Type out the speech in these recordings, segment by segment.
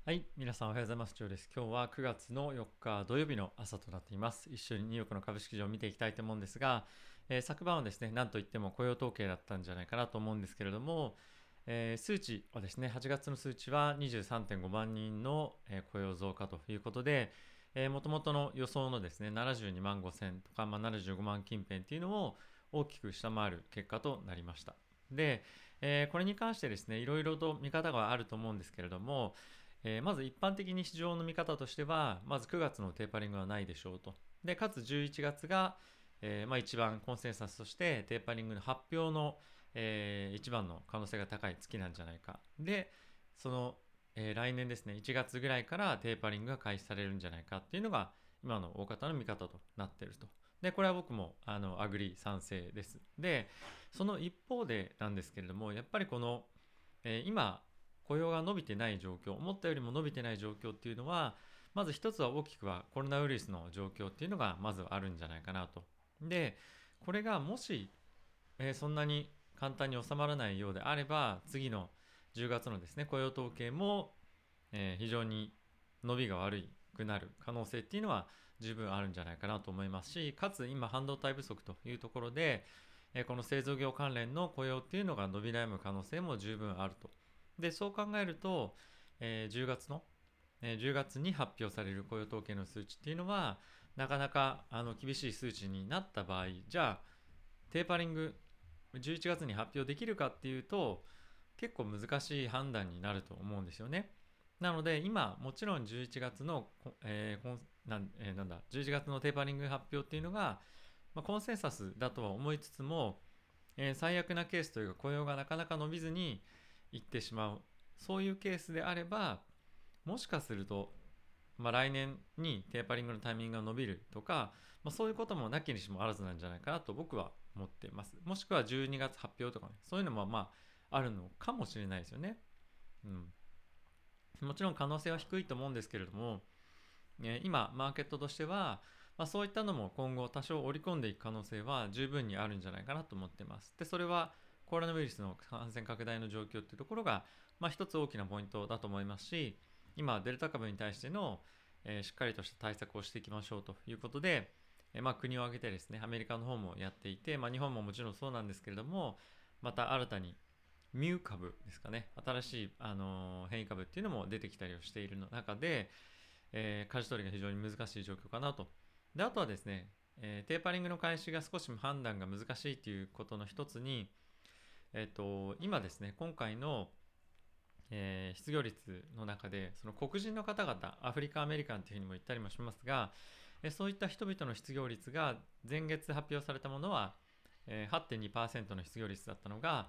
はい、皆さんおはようございます。ジョーです。今日は9月の4日土曜日の朝となっています。一緒にニューヨークの株式市場を見ていきたいと思うんですが、昨晩はですね、なんといっても雇用統計だったんじゃないかなと思うんですけれども、数値はですね、8月の数値は23.5万人の、雇用増加ということで、もともとの予想のですね、72万5千とか、75万近辺っていうのを大きく下回る結果となりました。で、これに関してですね、いろいろと見方があると思うんですけれども、まず一般的に市場の見方としては、まず9月のテーパリングはないでしょうと。で、かつ11月が、一番コンセンサスとしてテーパリングの発表の、一番の可能性が高い月なんじゃないか。で、その、来年ですね、1月ぐらいからテーパリングが開始されるんじゃないかっていうのが、今の大方の見方となっていると。で、これは僕も、アグリ賛成です。で、その一方でなんですけれども、やっぱりこの、今、雇用が伸びてない状況、思ったよりも伸びてない状況っていうのは、まず一つは大きくはコロナウイルスの状況っていうのがまずあるんじゃないかなと。で、これがもし、そんなに簡単に収まらないようであれば、次の10月のですね、雇用統計も、非常に伸びが悪くなる可能性っていうのは十分あるんじゃないかなと思いますし、かつ今半導体不足というところで、この製造業関連の雇用っていうのが伸び悩む可能性も十分あると。で、そう考えると、10月の、10月に発表される雇用統計の数値っていうのは、なかなか厳しい数値になった場合、じゃあ、テーパリング11月に発表できるかっていうと、結構難しい判断になると思うんですよね。なので、今、もちろん11月の、なんだ、11月のテーパリング発表っていうのが、コンセンサスだとは思いつつも、最悪なケースというか雇用がなかなか伸びずにいってしまう。そういうケースであれば、もしかすると、来年にテーパリングのタイミングが伸びるとか、そういうこともなきにしもあらずなんじゃないかなと僕は思っています。もしくは12月発表とかね、そういうのもあるのかもしれないですよね。うん。もちろん可能性は低いと思うんですけれども、今、マーケットとしては、そういったのも今後多少織り込んでいく可能性は十分にあるんじゃないかなと思っています。で、それはコロナウイルスの感染拡大の状況っていうところが、一つ大きなポイントだと思いますし、今、デルタ株に対しての、しっかりとした対策をしていきましょうということで、国を挙げてですね、アメリカの方もやっていて、日本ももちろんそうなんですけれども、また新たにミュー株ですかね、新しい、変異株っていうのも出てきたりをしている中で、舵取りが非常に難しい状況かなと。で、あとはですね、テーパリングの開始が少し判断が難しいということの一つに、今ですね、今回の、失業率の中で、その黒人の方々、アフリカアメリカンというふうにも言ったりもしますが、そういった人々の失業率が前月発表されたものは、8.2% の失業率だったのが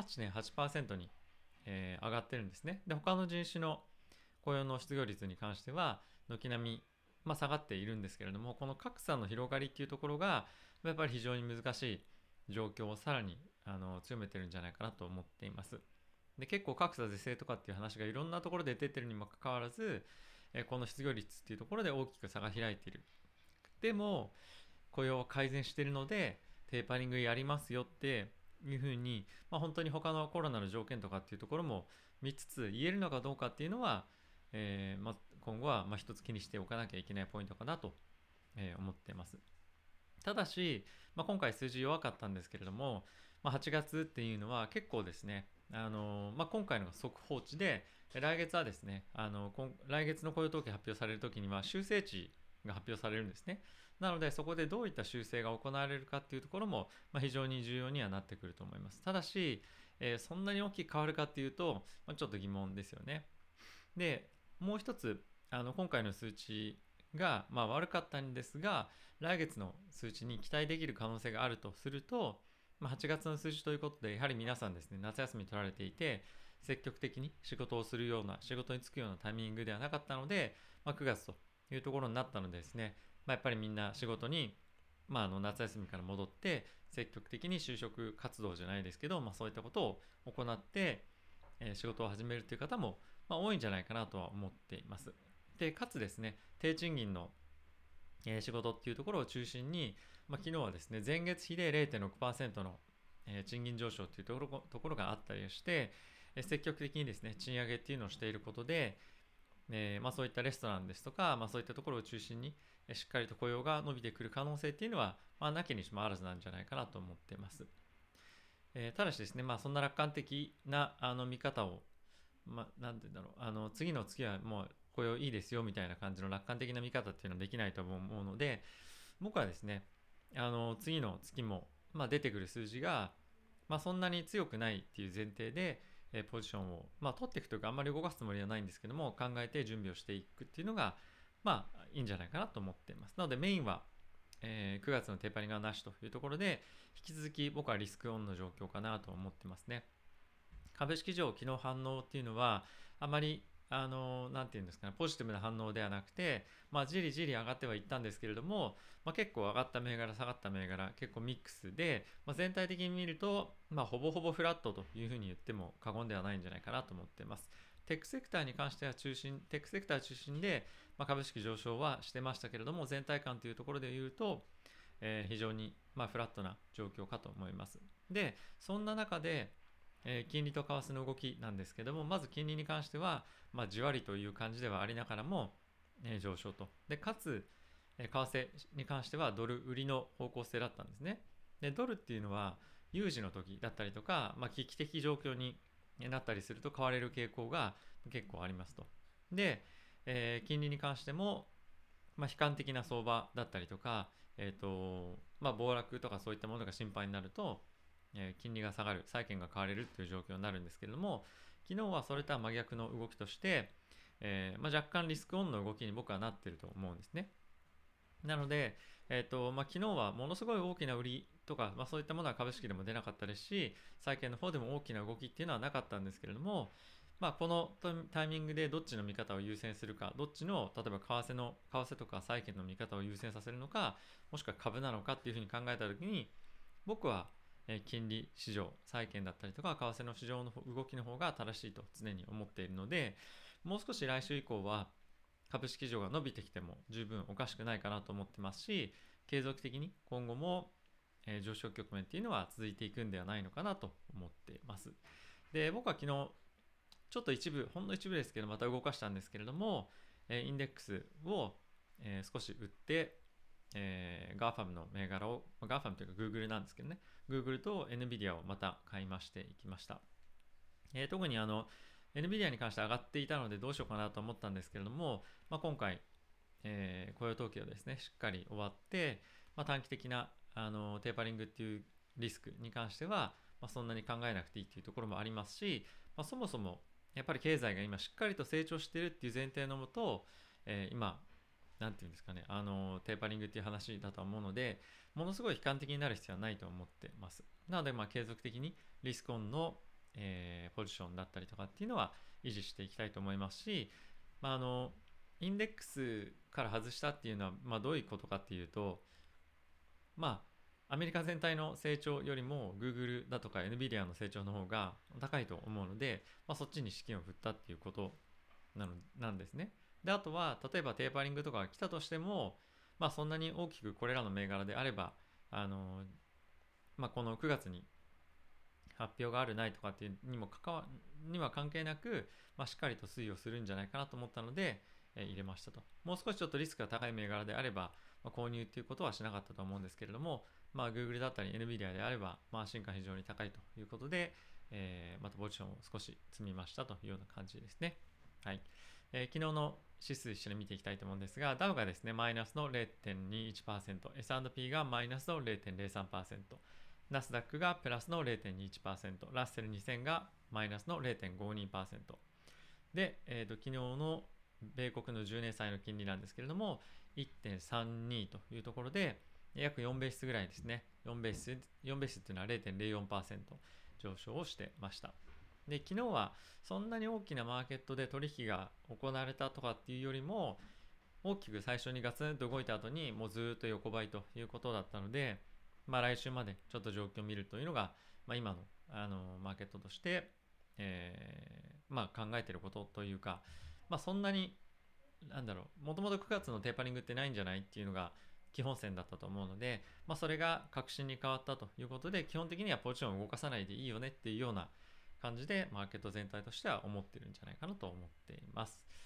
8.8%に、上がってるんですね。で、他の人種の雇用の失業率に関しては軒並み、下がっているんですけれども、この格差の広がりっていうところがやっぱり非常に難しい状況をさらに強めてるんじゃないかなと思っています。で、結構格差是正とかっていう話がいろんなところで出てるにもかかわらず、この失業率っていうところで大きく差が開いている。でも雇用を改善しているのでテーパリングやりますよっていうふうに、本当に他のコロナの条件とかっていうところも見つつ言えるのかどうかっていうのは、今後は一つ気にしておかなきゃいけないポイントかなと、思っています。ただし、今回数字弱かったんですけれども、8月っていうのは結構ですね、今回のが速報値で、来月はですね、来月の雇用統計発表されるときには修正値が発表されるんですね。なので、そこでどういった修正が行われるかっていうところも、非常に重要にはなってくると思います。ただし、そんなに大きく変わるかっていうと、ちょっと疑問ですよね。で、もう一つ、今回の数値が、悪かったんですが、来月の数値に期待できる可能性があるとすると、8月の数字ということで、やはり皆さんですね、夏休み取られていて、積極的に仕事をするような、仕事に就くようなタイミングではなかったので、9月というところになったのでですね、やっぱりみんな仕事に、夏休みから戻って、積極的に就職活動じゃないですけど、そういったことを行って、仕事を始めるという方も、多いんじゃないかなとは思っています。で、かつですね、低賃金の仕事っていうところを中心に、昨日はですね、前月比で0.6%の賃金上昇というところがあったりして、積極的にですね、賃上げっていうのをしていることで、 そういったレストランですとか、そういったところを中心にしっかりと雇用が伸びてくる可能性っていうのは、なきにしもあらずなんじゃないかなと思っています。ただしですね、そんな楽観的な見方を、なんて言うんだろう、次の月はもう雇用いいですよみたいな感じの楽観的な見方っていうのはできないと思うので、僕はですね、次の月も、出てくる数字が、そんなに強くないっていう前提で、ポジションを、取っていくというか、あんまり動かすつもりはないんですけども、考えて準備をしていくっていうのが、いいんじゃないかなと思っています。なのでメインは、9月のテーパリングはなしというところで、引き続き僕はリスクオンの状況かなと思ってますね。株式上、昨日反応っていうのは、あまりなんていうんですかね、ポジティブな反応ではなくて、じりじり上がってはいったんですけれども、結構上がった銘柄、下がった銘柄、結構ミックスで、全体的に見ると、ほぼほぼフラットというふうに言っても過言ではないんじゃないかなと思っています。テックセクターに関してはテックセクター中心で、株式上昇はしてましたけれども、全体感というところで言うと、非常に、フラットな状況かと思います。で、そんな中で、金利と為替の動きなんですけども、まず金利に関しては、じわりという感じではありながらも、上昇と。で、かつ、為替に関してはドル売りの方向性だったんですね。で、ドルっていうのは有事の時だったりとか、危機的状況になったりすると買われる傾向が結構ありますと。で、金利に関しても、悲観的な相場だったりとか、暴落とかそういったものが心配になると、金利が下がる、債券が買われるという状況になるんですけれども、昨日はそれとは真逆の動きとして、若干リスクオンの動きに僕はなっていると思うんですね。なので、昨日はものすごい大きな売りとか、そういったものは株式でも出なかったですし、債券の方でも大きな動きっていうのはなかったんですけれども、このタイミングでどっちの見方を優先するか、どっちの例えば為替とか債券の見方を優先させるのか、もしくは株なのかっていうふうに考えたときに、僕は金利市場、債券だったりとか為替の市場の動きの方が正しいと常に思っているので、もう少し来週以降は株式市場が伸びてきても十分おかしくないかなと思ってますし、継続的に今後も上昇局面っていうのは続いていくんではないのかなと思っています。で、僕は昨日ちょっとほんの一部ですけどまた動かしたんですけれども、インデックスを少し売って、GAFAM の銘柄を、GAFAM というか Google なんですけどね、Google と NVIDIA をまた買いましていきました。特にNVIDIA に関して上がっていたのでどうしようかなと思ったんですけれども、今回、雇用統計をですね、しっかり終わって、短期的なテーパリングっていうリスクに関しては、そんなに考えなくていいっていうところもありますし、そもそもやっぱり経済が今しっかりと成長しているっていう前提のもと、今なんていうんですかね、テーパリングっていう話だと思うので、ものすごい悲観的になる必要はないと思ってます。なので、継続的にリスクオンの、ポジションだったりとかっていうのは維持していきたいと思いますし、インデックスから外したっていうのは、どういうことかっていうと、アメリカ全体の成長よりも Google だとか NVIDIA の成長の方が高いと思うので、そっちに資金を振ったっていうことなんですね。で、あとは例えばテーパリングとかが来たとしても、そんなに大きくこれらの銘柄であれば、この9月に発表があるないとかっていうには関係なく、しっかりと推移をするんじゃないかなと思ったので、入れましたと。もう少しちょっとリスクが高い銘柄であれば、購入っていうことはしなかったと思うんですけれども、Google だったり NVIDIA であれば、安心感非常に高いということで、またポジションを少し積みましたというような感じですね。はい。昨日の指数一緒に見ていきたいと思うんですが、ダウがですね、マイナスの 0.21%、S&P がマイナスの 0.03%、ナスダックがプラスの 0.21%、ラッセル2000がマイナスの 0.52%。で、昨日の米国の10年債の金利なんですけれども、1.32 というところで、約4ベースぐらいですね。4ベースっていうのは 0.04% 上昇をしてました。で、昨日はそんなに大きなマーケットで取引が行われたとかっていうよりも、大きく最初にガツンと動いた後にもうずっと横ばいということだったので、来週までちょっと状況を見るというのが、今の、マーケットとして、考えていることというか、そんなにもともと9月のテーパリングってないんじゃないっていうのが基本線だったと思うので、それが確信に変わったということで、基本的にはポジションを動かさないでいいよねっていうような感じでマーケット全体としては思ってるんじゃないかなと思っています。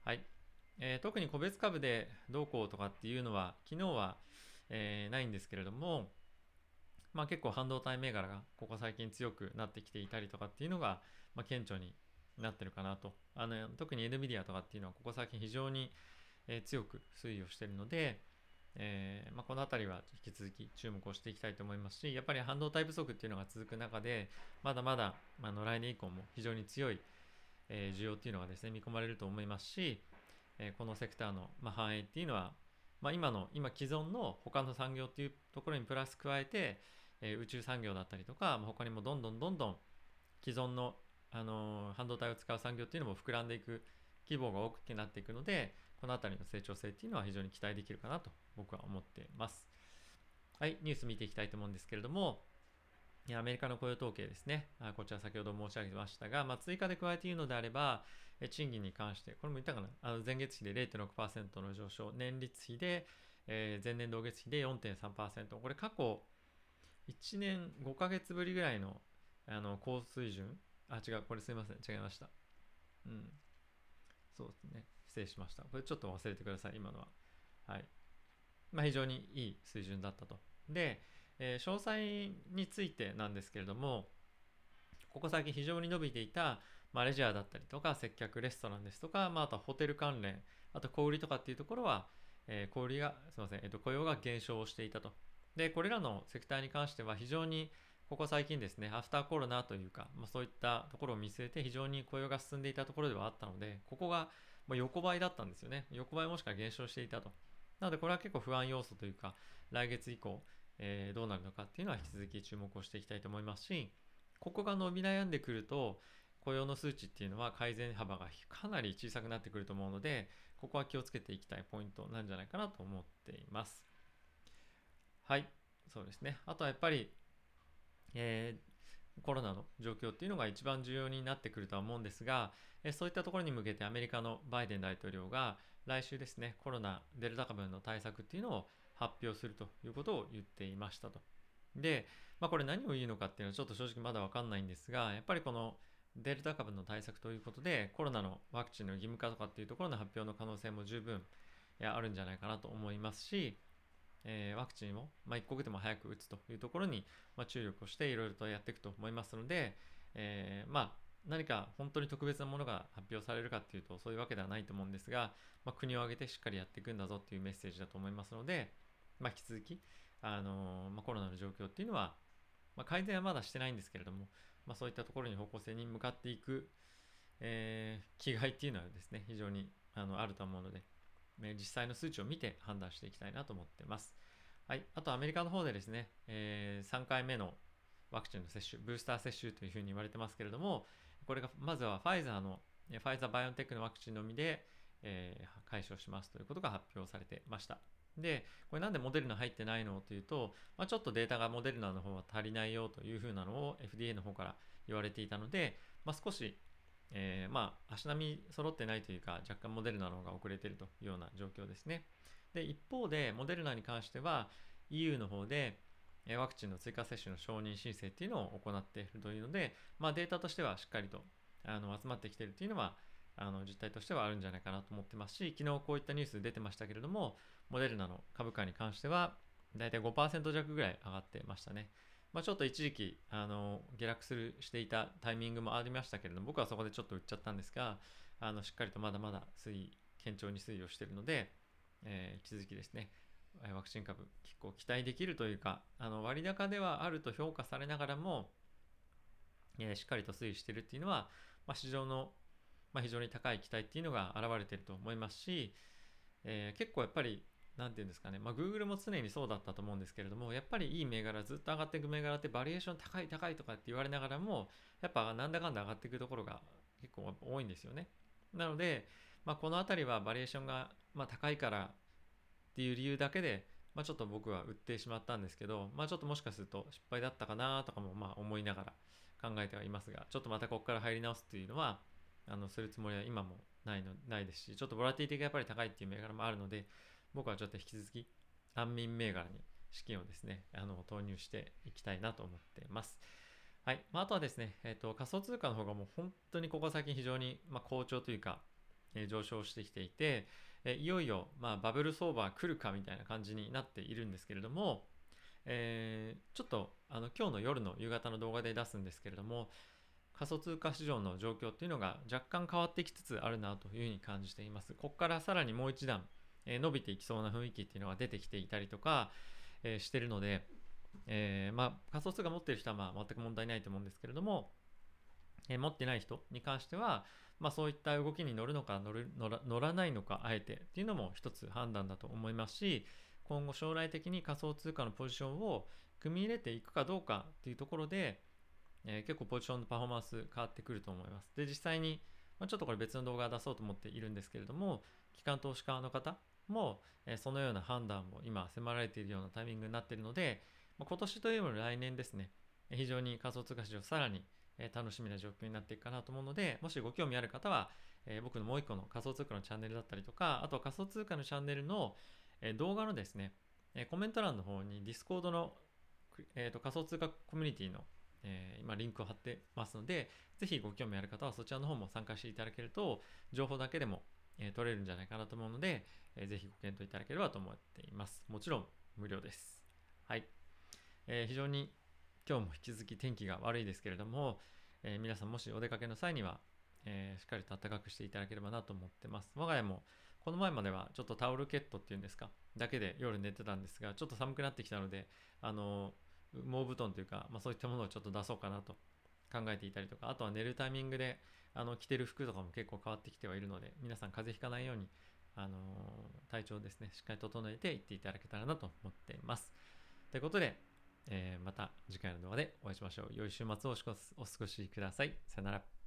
はい。特に個別株でどうこうとかっていうのは、昨日は、ないんですけれども、結構半導体銘柄がここ最近強くなってきていたりとかっていうのが、顕著になってるかなと。特に NVIDIA とかっていうのはここ最近非常に、強く推移をしているので、この辺りは引き続き注目をしていきたいと思いますし、やっぱり半導体不足っていうのが続く中で、まだまだ来年以降も非常に強い、需要っていうのがですね見込まれると思いますし、このセクターの、反映っていうのは、今既存の他の産業っていうところにプラス加えて、宇宙産業だったりとか、他にもどんどんどんどん既存の、半導体を使う産業っていうのも膨らんでいく、規模が大きくなっていくので、この辺りの成長性っていうのは非常に期待できるかなと僕は思っています。はい、ニュース見ていきたいと思うんですけれども、アメリカの雇用統計ですね。こちら先ほど申し上げましたが、追加で加えて言うのであれば、賃金に関して、これも言ったかな、前月比で 0.6% の上昇、年率比で、前年同月比で 4.3%、これ過去1年5ヶ月ぶりぐらいの、高水準、違う、これすいません、違いました。うん、そうですね、失礼しました。これちょっと忘れてください、今のは。はい。非常にいい水準だったと。で、詳細についてなんですけれども、ここ最近非常に伸びていた、レジャーだったりとか接客レストランですとか、あとはホテル関連、あと小売とかっていうところは、小売がすみません、雇用が減少していたと。でこれらのセクターに関しては非常にここ最近ですね、アフターコロナというか、そういったところを見据えて非常に雇用が進んでいたところではあったので、ここが横ばいだったんですよね。横ばいもしくは減少していたと。なのでこれは結構不安要素というか、来月以降、どうなるのかっていうのは引き続き注目をしていきたいと思いますし、ここが伸び悩んでくると雇用の数値っていうのは改善幅がかなり小さくなってくると思うので、ここは気をつけていきたいポイントなんじゃないかなと思っています。はい、そうですね。あとはやっぱり、コロナの状況っていうのが一番重要になってくるとは思うんですが、そういったところに向けてアメリカのバイデン大統領が来週ですね、コロナデルタ株の対策っていうのを発表するということを言っていましたと。で、これ何を言うのかっていうのはちょっと正直まだ分かんないんですが、やっぱりこのデルタ株の対策ということでコロナのワクチンの義務化とかっていうところの発表の可能性も十分あるんじゃないかなと思いますし、ワクチンを、一刻でも早く打つというところに、注力をしていろいろとやっていくと思いますので、何か本当に特別なものが発表されるかっていうとそういうわけではないと思うんですが、国を挙げてしっかりやっていくんだぞっていうメッセージだと思いますので、引き続き、コロナの状況っていうのは、改善はまだしてないんですけれども、そういったところに方向性に向かっていく、気概っていうのはですね非常にあると思うので、実際の数値を見て判断していきたいなと思っています。はい、あとアメリカの方でですね、3回目のワクチンの接種、ブースター接種というふうに言われてますけれども、これがまずはファイザーバイオンテックのワクチンのみで、解消しますということが発表されてました。で、これなんでモデルナ入ってないのというと、ちょっとデータがモデルナの方は足りないよというふうなのを FDA の方から言われていたので、少し足並み揃ってないというか、若干モデルナの方が遅れているというような状況ですね。で、一方で、モデルナに関しては、EU の方で、ワクチンの追加接種の承認申請っていうのを行っているというので、データとしてはしっかりと集まってきているというのは、実態としてはあるんじゃないかなと思ってますし、昨日こういったニュース出てましたけれども、モデルナの株価に関しては、だいたい 5% 弱ぐらい上がってましたね。ちょっと一時期下落していたタイミングもありましたけれども、僕はそこでちょっと売っちゃったんですが、しっかりとまだまだ堅調に推移をしているので、引き続きですね、ワクチン株結構期待できるというか、割高ではあると評価されながらも、しっかりと推移しているっていうのは、市場の、非常に高い期待っていうのが現れていると思いますし、結構やっぱりなんていうんですかね、Google も常にそうだったと思うんですけれども、やっぱりいい銘柄、ずっと上がっていく銘柄ってバリエーション高い高いとかって言われながらも、やっぱなんだかんだ上がっていくところが結構多いんですよね。なので、この辺りはバリエーションが高いからっていう理由だけで、ちょっと僕は売ってしまったんですけど、ちょっともしかすると失敗だったかなとかも思いながら考えてはいますが、ちょっとまたここから入り直すっていうのはするつもりは今もないですし、ちょっとボラティティがやっぱり高いっていう銘柄もあるので、僕はちょっと引き続き安眠銘柄に資金をですね投入していきたいなと思っています。はい。あとはですね、仮想通貨の方がもう本当にここ最近非常に好調というか、 上昇してきていて、いよいよ、バブル相場来るかみたいな感じになっているんですけれども、ちょっと今日の夜の夕方の動画で出すんですけれども、仮想通貨市場の状況っていうのが若干変わってきつつあるなというふうに感じています。ここからさらにもう一段、伸びていきそうな雰囲気っていうのが出てきていたりとか、してるので、仮想通貨持っている人は全く問題ないと思うんですけれども、持ってない人に関しては、そういった動きに乗るのか乗らないのかあえてっていうのも一つ判断だと思いますし、今後将来的に仮想通貨のポジションを組み入れていくかどうかっていうところで、結構ポジションのパフォーマンス変わってくると思います。で、実際に、ちょっとこれ別の動画出そうと思っているんですけれども、機関投資家の方も、そのような判断を今迫られているようなタイミングになっているので、今年というよりも来年ですね、非常に仮想通貨市場さらに楽しみな状況になっていくかなと思うので、もしご興味ある方は、僕のもう一個の仮想通貨のチャンネルだったりとか、あとは仮想通貨のチャンネルの、動画のですね、コメント欄の方に Discord の、仮想通貨コミュニティの、今リンクを貼ってますので、ぜひご興味ある方はそちらの方も参加していただけると、情報だけでも、取れるんじゃないかなと思うので、ぜひご検討いただければと思っています。もちろん無料です。はい。非常に今日も引き続き天気が悪いですけれども、皆さんもしお出かけの際には、しっかりと暖かくしていただければなと思ってます。我が家もこの前まではちょっとタオルケットっていうんですか、だけで夜寝てたんですが、ちょっと寒くなってきたので、羽毛布団というか、そういったものをちょっと出そうかなと考えていたりとか、あとは寝るタイミングで着てる服とかも結構変わってきてはいるので、皆さん風邪ひかないように、体調をですねしっかり整えていっていただけたらなと思っています。ということで、また次回の動画でお会いしましょう。良い週末をお過ごしください。さよなら。